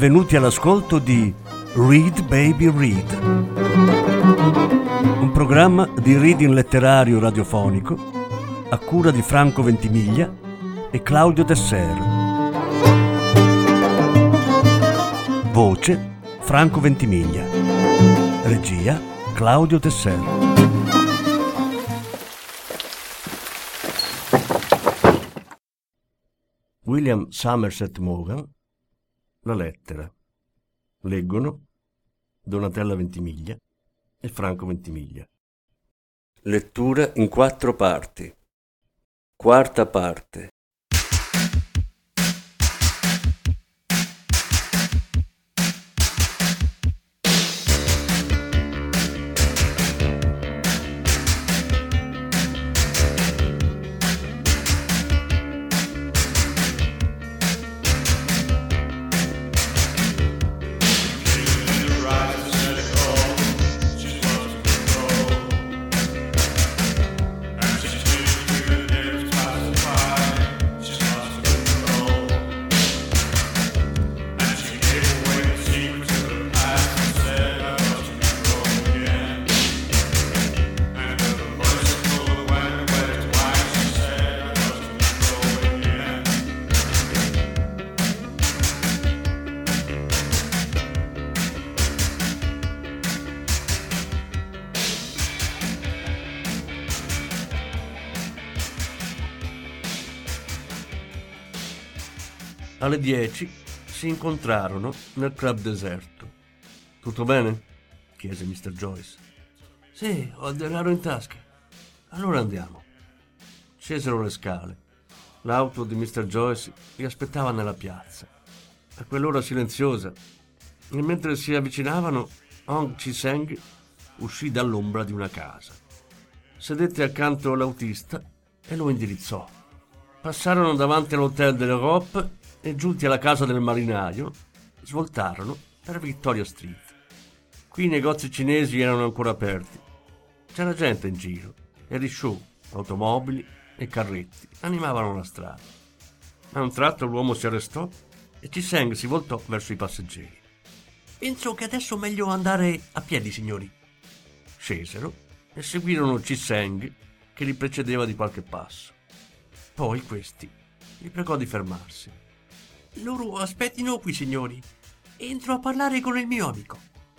benvenuti all'ascolto di Read Baby Read, un programma di reading letterario radiofonico a cura di Franco Ventimiglia e Claudio Desser. Voce Franco Ventimiglia. Regia Claudio Desser. William Somerset Maugham. La lettera. Leggono Donatella Ventimiglia e Franco Ventimiglia. Lettura in 4 parti. Quarta parte. Alle 10 si incontrarono nel club deserto. «Tutto bene?» chiese Mr. Joyce. «Sì, ho il denaro in tasca». «Allora andiamo». Scesero le scale. L'auto di Mr. Joyce li aspettava nella piazza, a quell'ora silenziosa, e mentre si avvicinavano, Hong Chi-seng uscì dall'ombra di una casa. Sedette accanto all'autista e lo indirizzò. Passarono davanti all'hotel dell'Europe e, giunti alla casa del marinaio, svoltarono per Victoria Street. Qui i negozi cinesi erano ancora aperti. C'era gente in giro e risciò, automobili e carretti animavano la strada. A un tratto l'uomo si arrestò e Chi-seng si voltò verso i passeggeri. «Penso che adesso è meglio andare a piedi, signori». Scesero e seguirono Chi-seng, che li precedeva di qualche passo. Poi questi li pregò di fermarsi. «Loro aspettino qui, signori. Entro a parlare con il mio amico».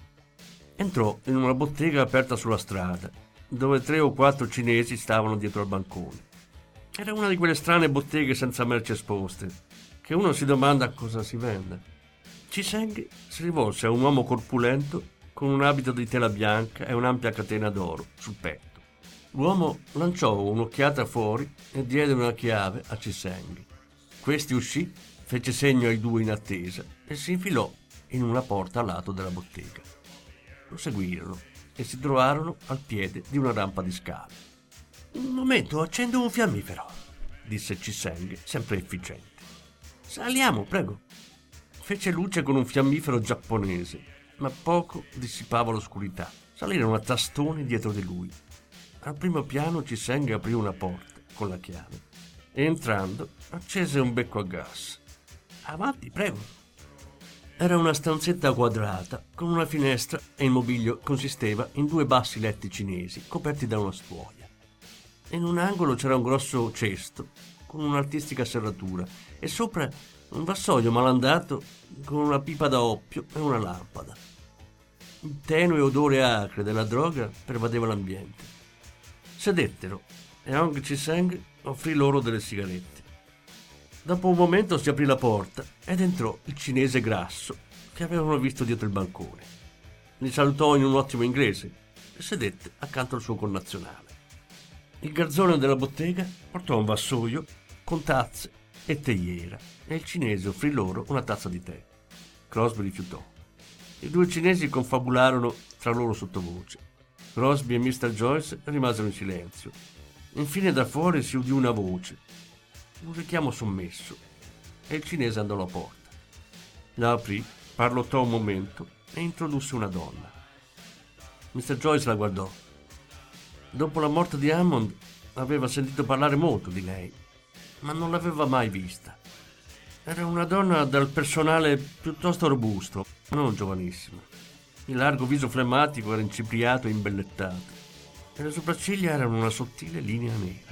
Entrò in una bottega aperta sulla strada, dove 3 o 4 cinesi stavano dietro al bancone. Era una di quelle strane botteghe senza merci esposte, che uno si domanda cosa si vende. Chi-seng si rivolse a un uomo corpulento con un abito di tela bianca e un'ampia catena d'oro sul petto. L'uomo lanciò un'occhiata fuori e diede una chiave a Chi-seng. Questi uscì, fece segno ai 2 in attesa e si infilò in una porta a lato della bottega. Lo seguirono e si trovarono al piede di una rampa di scale. «Un momento, accendo un fiammifero», disse Chi-seng, sempre efficiente. «Saliamo, prego». Fece luce con un fiammifero giapponese, ma poco dissipava l'oscurità. Salirono a tastoni dietro di lui. Al primo piano Chi-seng aprì una porta con la chiave e, entrando, accese un becco a gas. «Avanti, prego». Era una stanzetta quadrata con una finestra e il mobilio consisteva in 2 bassi letti cinesi coperti da una stuoia. In un angolo c'era un grosso cesto con un'artistica serratura e sopra un vassoio malandato con una pipa da oppio e una lampada. Il tenue odore acre della droga pervadeva l'ambiente. Sedettero e Hong Chi-seng offrì loro delle sigarette. Dopo un momento si aprì la porta ed entrò il cinese grasso che avevano visto dietro il bancone. Li salutò in un ottimo inglese e sedette accanto al suo connazionale. Il garzone della bottega portò un vassoio con tazze e teiera e il cinese offrì loro una tazza di tè. Crosby rifiutò. I 2 cinesi confabularono tra loro sottovoce. Crosby e Mr. Joyce rimasero in silenzio. Infine da fuori si udì una voce, un richiamo sommesso, e il cinese andò alla porta. La aprì, parlottò un momento e introdusse una donna. Mr. Joyce la guardò. Dopo la morte di Hammond aveva sentito parlare molto di lei, ma non l'aveva mai vista. Era una donna dal personale piuttosto robusto, non giovanissima. Il largo viso flemmatico era incipriato e imbellettato e le sopracciglia erano una sottile linea nera.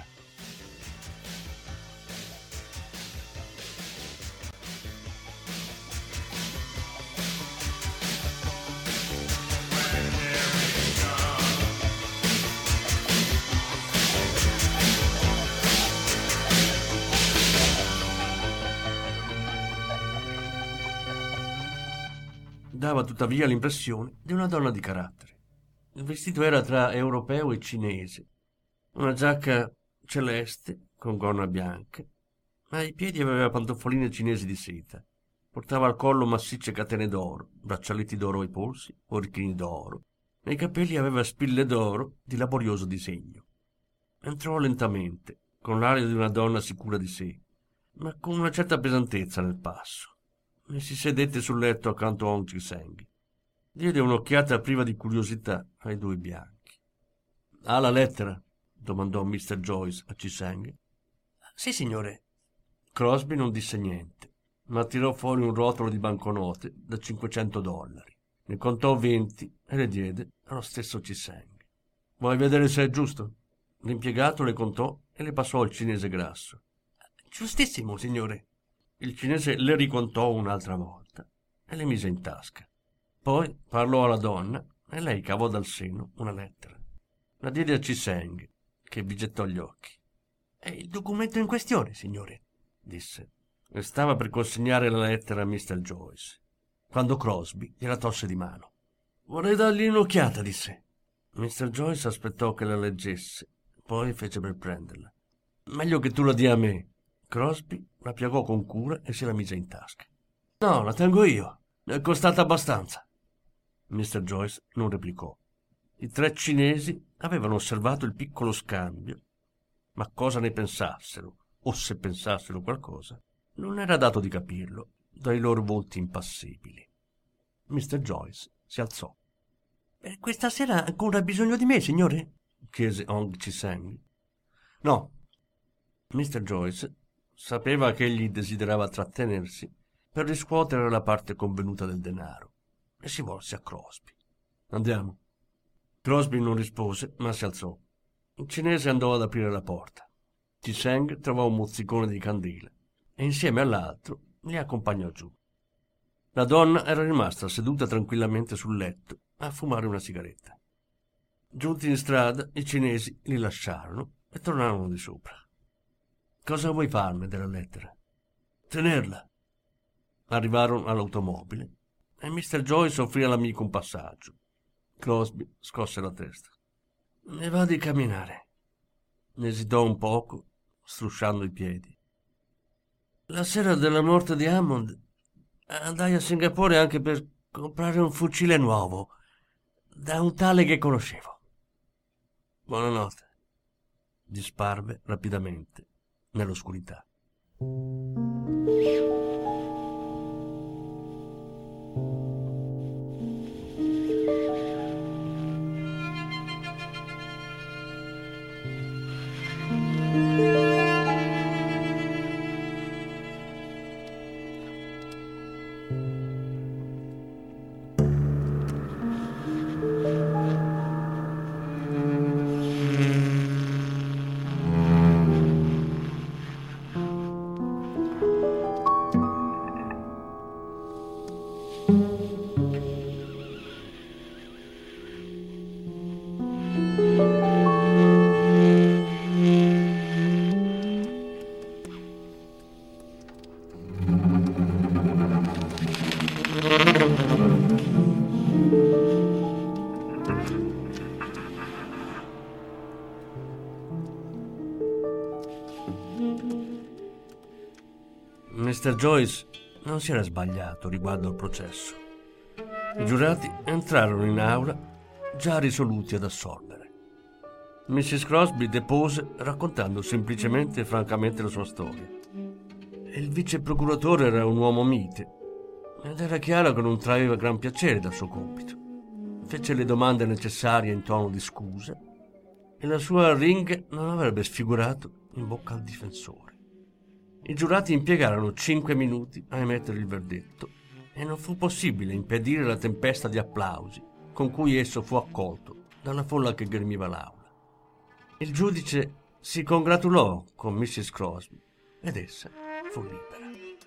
Dava tuttavia l'impressione di una donna di carattere. Il vestito era tra europeo e cinese, una giacca celeste con gonna bianca, ma ai piedi aveva pantoffoline cinesi di seta. Portava al collo massicce catene d'oro, braccialetti d'oro ai polsi, orecchini d'oro. Nei capelli aveva spille d'oro di laborioso disegno. Entrò lentamente, con l'aria di una donna sicura di sé, ma con una certa pesantezza nel passo, e si sedette sul letto accanto a Hong Chi-Seng. Diede un'occhiata priva di curiosità ai due bianchi. «Ha la lettera?» domandò Mr. Joyce a Chi-Seng. «Sì, signore». Crosby non disse niente, ma tirò fuori un rotolo di banconote da $500. Ne contò 20 e le diede allo stesso Chi-Seng. «Vuoi vedere se è giusto?» L'impiegato le contò e le passò al cinese grasso. «Giustissimo, signore». Il cinese le ricontò un'altra volta e le mise in tasca. Poi parlò alla donna e lei cavò dal seno una lettera. La diede a Chi-Seng, che vi gettò gli occhi. «È il documento in questione, signore», disse. E stava per consegnare la lettera a Mr. Joyce, quando Crosby gliela tolse di mano. «Vorrei dargli un'occhiata», disse. Mr. Joyce aspettò che la leggesse, poi fece per prenderla. «Meglio che tu la dia a me». Crosby la piegò con cura e se la mise in tasca. «No, la tengo io. Mi è costata abbastanza». Mr. Joyce non replicò. I tre cinesi avevano osservato il piccolo scambio, ma cosa ne pensassero, o se pensassero qualcosa, non era dato di capirlo dai loro volti impassibili. Mr. Joyce si alzò. «Per questa sera ha ancora bisogno di me, signore?» chiese Hong Chi-Seng. «No». Mr. Joyce sapeva che egli desiderava trattenersi per riscuotere la parte convenuta del denaro e si volse a Crosby. «Andiamo». Crosby non rispose, ma si alzò. Il cinese andò ad aprire la porta. Chi-Seng trovò un mozzicone di candela e insieme all'altro li accompagnò giù. La donna era rimasta seduta tranquillamente sul letto a fumare una sigaretta. Giunti in strada, i cinesi li lasciarono e tornarono di sopra. «Cosa vuoi farne della lettera?» «Tenerla». Arrivarono all'automobile e Mr. Joyce offrì all'amico un passaggio. Crosby scosse la testa. «Ne va di camminare». Esitò un poco, strusciando i piedi. «La sera della morte di Hammond andai a Singapore anche per comprare un fucile nuovo da un tale che conoscevo». «Buonanotte», disparve rapidamente nell'oscurità. Mr. Joyce non si era sbagliato riguardo al processo. I giurati entrarono in aula già risoluti ad assolvere. Mrs. Crosby depose raccontando semplicemente e francamente la sua storia. Il vice procuratore era un uomo mite ed era chiaro che non traeva gran piacere dal suo compito. Fece le domande necessarie in tono di scusa e la sua ring non avrebbe sfigurato in bocca al difensore. I giurati impiegarono 5 minuti a emettere il verdetto e non fu possibile impedire la tempesta di applausi con cui esso fu accolto dalla folla che gremiva l'aula. Il giudice si congratulò con Mrs. Crosby ed essa fu libera.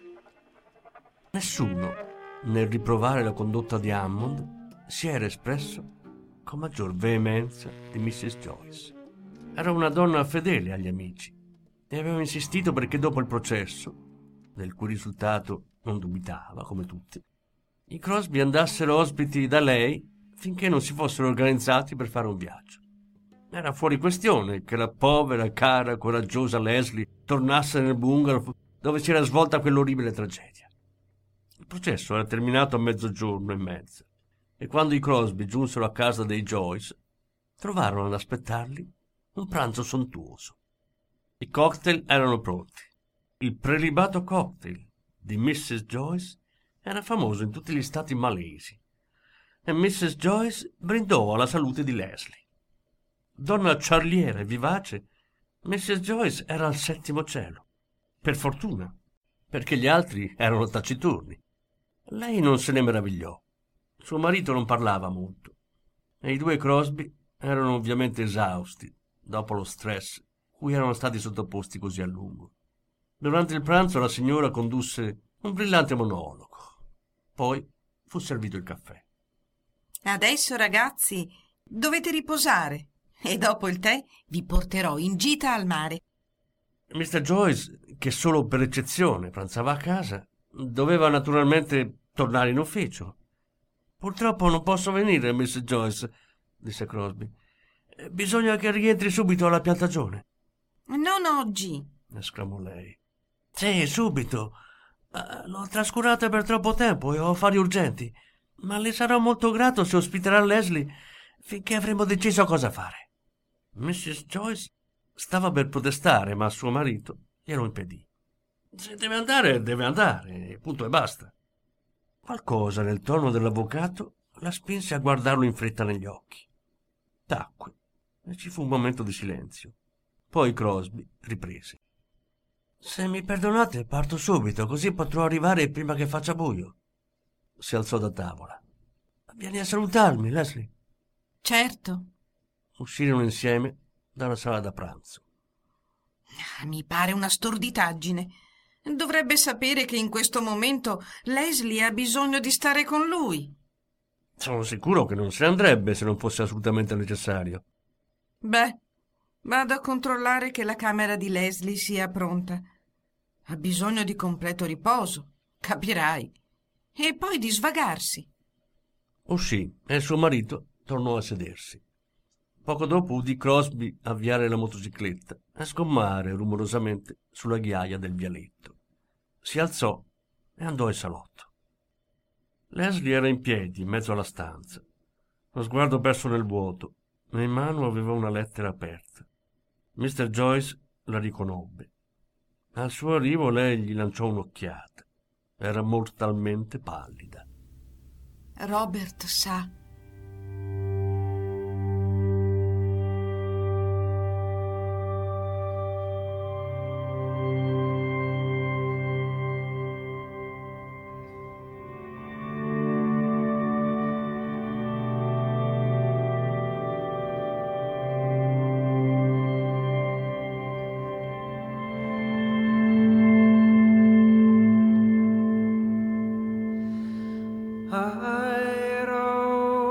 Nessuno, nel riprovare la condotta di Hammond, si era espresso con maggior veemenza di Mrs. Joyce. Era una donna fedele agli amici e aveva insistito perché dopo il processo, del cui risultato non dubitava, come tutti, i Crosby andassero ospiti da lei finché non si fossero organizzati per fare un viaggio. Era fuori questione che la povera, cara, coraggiosa Leslie tornasse nel bungalow dove si era svolta quell'orribile tragedia. Il processo era terminato a 12:30 e quando i Crosby giunsero a casa dei Joyce trovarono ad aspettarli un pranzo sontuoso. I cocktail erano pronti. Il prelibato cocktail di Mrs. Joyce era famoso in tutti gli stati malesi e Mrs. Joyce brindò alla salute di Leslie. Donna ciarliera e vivace, Mrs. Joyce era al 7° cielo. Per fortuna, perché gli altri erano taciturni. Lei non se ne meravigliò. Suo marito non parlava molto e i due Crosby erano ovviamente esausti dopo lo stress cui erano stati sottoposti così a lungo. Durante il pranzo la signora condusse un brillante monologo. Poi fu servito il caffè. Adesso, ragazzi, dovete riposare e dopo il tè vi porterò in gita al mare. Mr. Joyce, che solo per eccezione pranzava a casa, doveva naturalmente tornare in ufficio. Purtroppo non posso venire, Miss Joyce, disse Crosby. Bisogna che rientri subito alla piantagione. Non oggi, Esclamò lei. Sì, subito. L'ho trascurata per troppo tempo e ho affari urgenti, ma le sarò molto grato se ospiterà Leslie finché avremo deciso cosa fare. Mrs. Joyce stava per protestare, ma suo marito glielo impedì. Se deve andare, punto e basta. Qualcosa nel tono dell'avvocato la spinse a guardarlo in fretta negli occhi. Tacque e ci fu un momento di silenzio. Poi Crosby riprese. Se mi perdonate, parto subito, così potrò arrivare prima che faccia buio. Si alzò da tavola. Vieni a salutarmi, Leslie. certo. Uscirono insieme dalla sala da pranzo. Mi pare una storditaggine. Dovrebbe sapere che in questo momento Leslie ha bisogno di stare con lui. Sono sicuro che non se ne andrebbe se non fosse assolutamente necessario. Beh, vado a controllare che la camera di Leslie sia pronta. Ha bisogno di completo riposo, capirai. E poi di svagarsi. Uscì e suo marito tornò a sedersi. Poco dopo udì Crosby avviare la motocicletta e sgommare rumorosamente sulla ghiaia del vialetto. Si alzò e andò in salotto. Leslie era in piedi in mezzo alla stanza, lo sguardo perso nel vuoto, e in mano aveva una lettera aperta. Mr. Joyce la riconobbe. Al suo arrivo lei gli lanciò un'occhiata. Era mortalmente pallida. Robert sa. I don't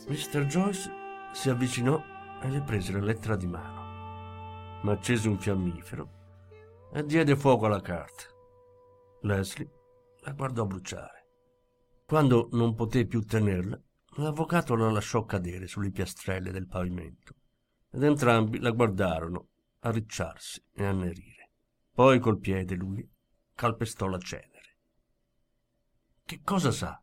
Mr. Joyce si avvicinò e le prese la lettera di mano, ma accese un fiammifero e diede fuoco alla carta. Leslie la guardò bruciare. Quando non poté più tenerla, l'avvocato la lasciò cadere sulle piastrelle del pavimento ed entrambi la guardarono arricciarsi e annerire. Poi col piede lui calpestò la cenere. Che cosa sa?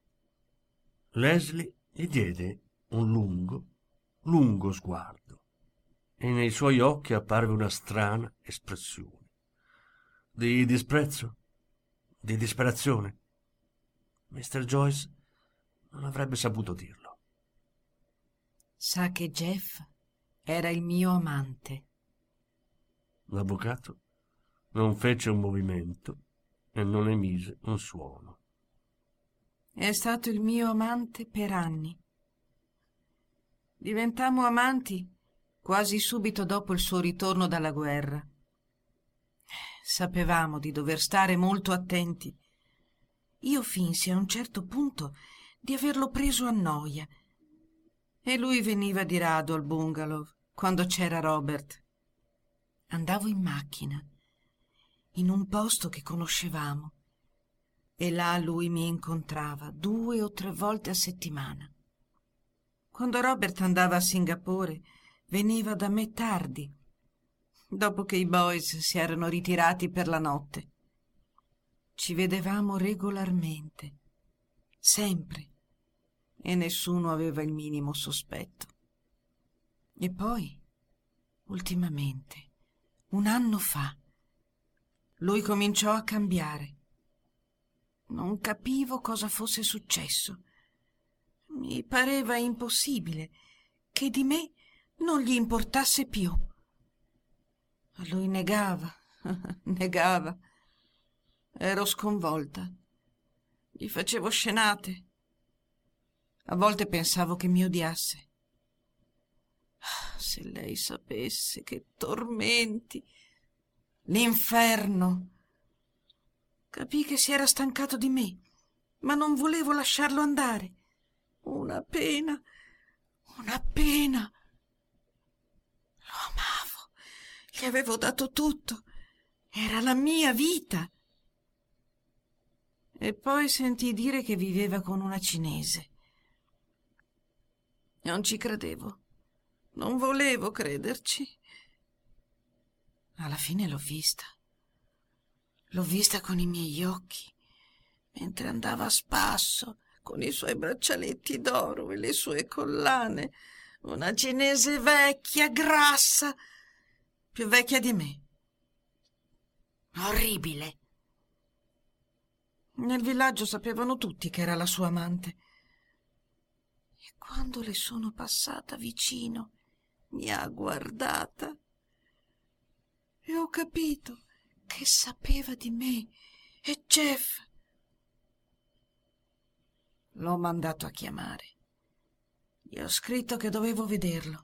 Leslie gli diede un lungo sguardo e nei suoi occhi apparve una strana espressione di disprezzo, di disperazione. Mr. Joyce non avrebbe saputo dirlo. Sa che Jeff era il mio amante. L'avvocato non fece un movimento e non emise un suono. È stato il mio amante per anni. Diventammo amanti quasi subito dopo il suo ritorno dalla guerra. Sapevamo di dover stare molto attenti. Io finsi a un certo punto di averlo preso a noia e lui veniva di rado al bungalow quando c'era Robert. Andavo in macchina in un posto che conoscevamo e là lui mi incontrava 2 o 3 volte a settimana. Quando Robert andava a Singapore veniva da me tardi, dopo che i boys si erano ritirati per la notte. Ci vedevamo regolarmente, sempre, e nessuno aveva il minimo sospetto. E poi, ultimamente, 1 anno fa, lui cominciò a cambiare. Non capivo cosa fosse successo. Mi pareva impossibile che di me non gli importasse più. Lui negava, negava. Ero sconvolta. Gli facevo scenate. A volte pensavo che mi odiasse. Se lei sapesse che tormenti. L'inferno. Capii che si era stancato di me, ma non volevo lasciarlo andare. Una pena, una pena. Lo amavo, gli avevo dato tutto. Era la mia vita. E poi sentii dire che viveva con una cinese. Non ci credevo. Non volevo crederci. Alla fine l'ho vista. L'ho vista con i miei occhi, mentre andava a spasso, con i suoi braccialetti d'oro e le sue collane. Una cinese vecchia, grassa, più vecchia di me. Orribile. Nel villaggio sapevano tutti che era la sua amante. E quando le sono passata vicino, mi ha guardata e ho capito che sapeva di me e Jeff. L'ho mandato a chiamare. Gli ho scritto che dovevo vederlo.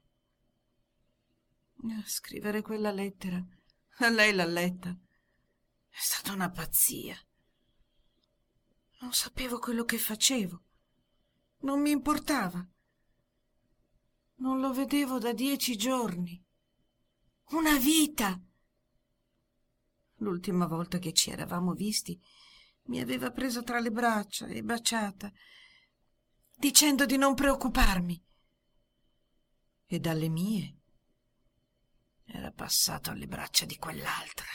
Scrivere quella lettera, lei l'ha letta. È stata una pazzia. Non sapevo quello che facevo. Non mi importava. Non lo vedevo da 10 giorni. Una vita! L'ultima volta che ci eravamo visti mi aveva presa tra le braccia e baciata, dicendo di non preoccuparmi. E dalle mie era passato alle braccia di quell'altra.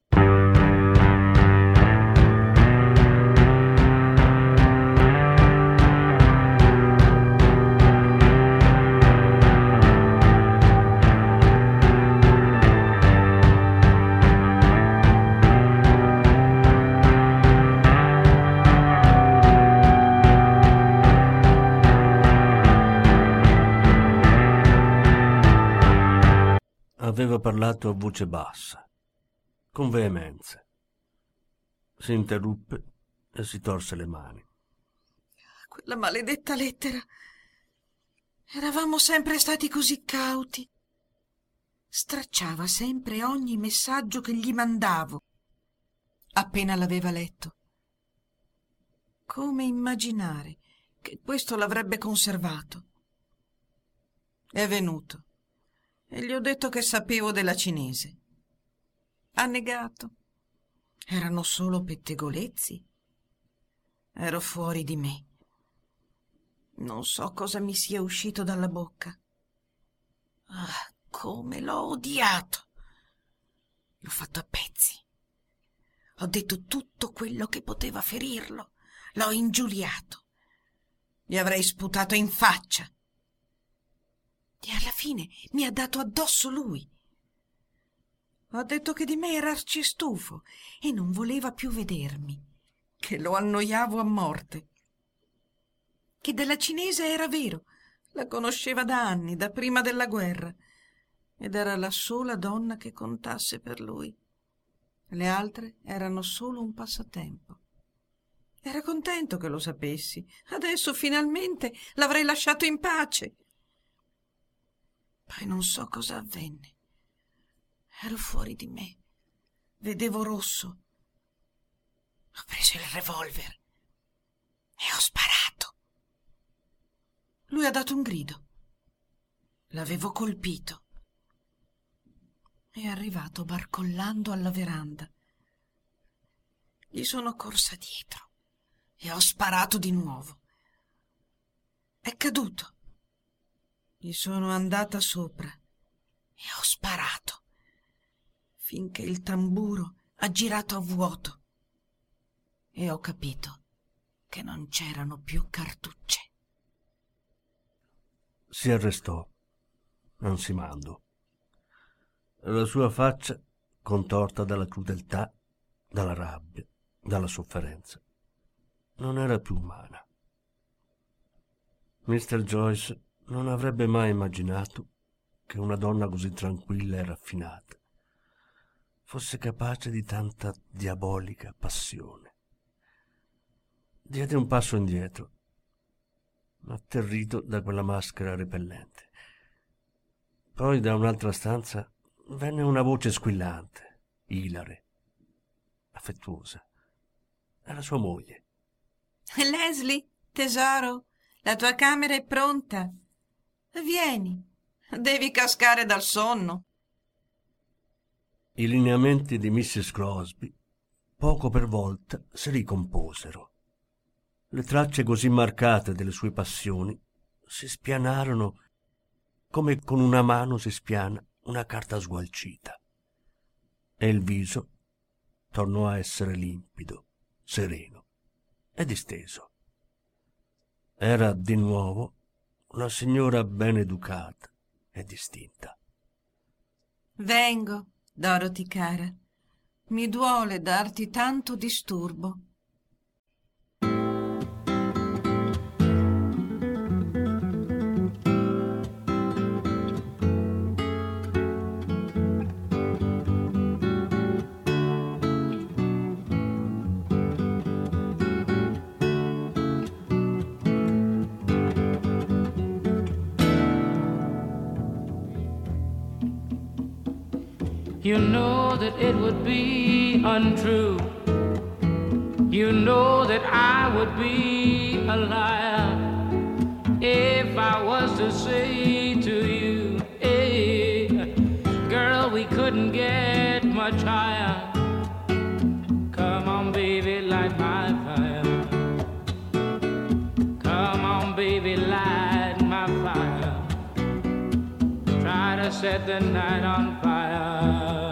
Aveva parlato a voce bassa, con veemenza. Si interruppe e si torse le mani. Quella maledetta lettera. Eravamo sempre stati così cauti. Stracciava sempre ogni messaggio che gli mandavo, appena l'aveva letto. Come immaginare che questo l'avrebbe conservato? È venuto e gli ho detto che sapevo della cinese. Ha negato. Erano solo pettegolezzi. Ero fuori di me. Non so cosa mi sia uscito dalla bocca. Ah, come l'ho odiato! L'ho fatto a pezzi. Ho detto tutto quello che poteva ferirlo. L'ho ingiuriato. Gli avrei sputato in faccia. E alla fine mi ha dato addosso lui. Ho detto che di me era arcistufo e non voleva più vedermi, che lo annoiavo a morte. Che della cinese era vero, la conosceva da anni, da prima della guerra, ed era la sola donna che contasse per lui. Le altre erano solo un passatempo. Era contento che lo sapessi. Adesso finalmente l'avrei lasciato in pace. Poi non so cosa avvenne. Ero fuori di me. Vedevo rosso. Ho preso il revolver e ho sparato. Lui ha dato un grido. L'avevo colpito. È arrivato barcollando alla veranda. Gli sono corsa dietro e ho sparato di nuovo. È caduto. Gli sono andata sopra e ho sparato finché il tamburo ha girato a vuoto e ho capito che non c'erano più cartucce. Si arrestò, ansimando. La sua faccia, contorta dalla crudeltà, dalla rabbia, dalla sofferenza, non era più umana. Mr. Joyce non avrebbe mai immaginato che una donna così tranquilla e raffinata fosse capace di tanta diabolica passione. Diede un passo indietro, atterrito da quella maschera repellente. Poi da un'altra stanza venne una voce squillante, ilare, affettuosa. Era sua moglie. Leslie, tesoro, la tua camera è pronta. Vieni, devi cascare dal sonno. I lineamenti di Mrs. Crosby, poco per volta, si ricomposero. Le tracce così marcate delle sue passioni si spianarono come con una mano si spiana una carta sgualcita. E il viso tornò a essere limpido, sereno e disteso. Era di nuovo una signora ben educata e distinta. Vengo, Dorothy cara. Mi duole darti tanto disturbo. You know that it would be untrue. You know that I would be a liar if I was to say to you, hey, girl, we couldn't get much higher. Come on, baby, light my fire. Come on, baby, light my fire. Try to set the night on fire.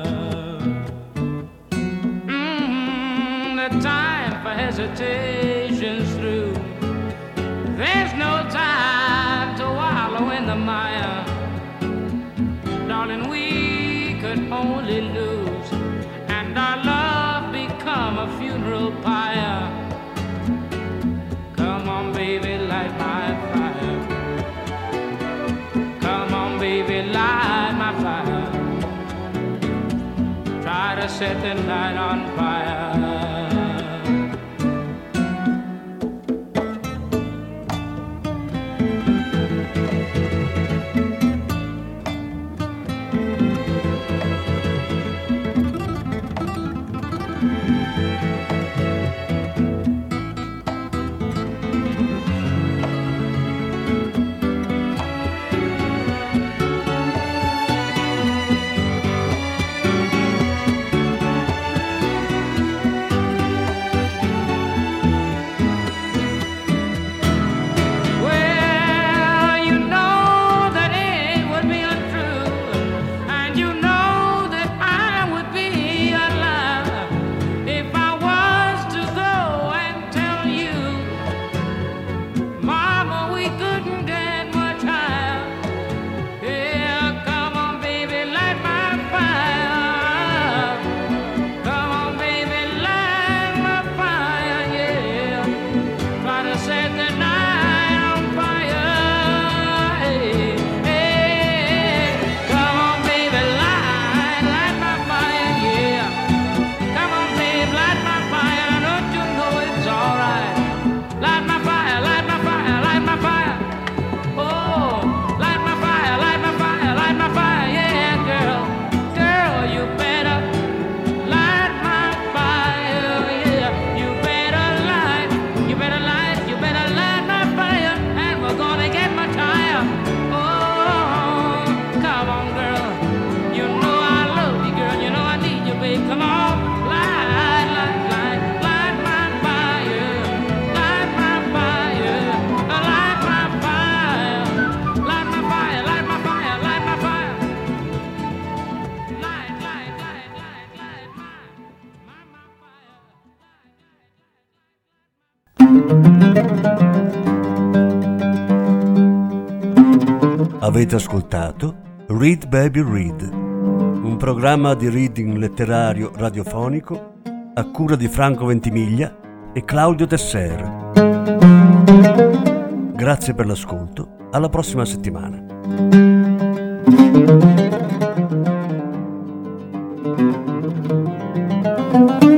The time for hesitation's through. There's no time to wallow in the mire. Darling, we could only lose, and our love become a funeral pyre. Come on, baby, light my fire. Come on, baby, light my fire. Try to set the night on fire. Avete ascoltato Read Baby Read, un programma di reading letterario radiofonico a cura di Franco Ventimiglia e Claudio Tesser. Grazie per l'ascolto, alla prossima settimana.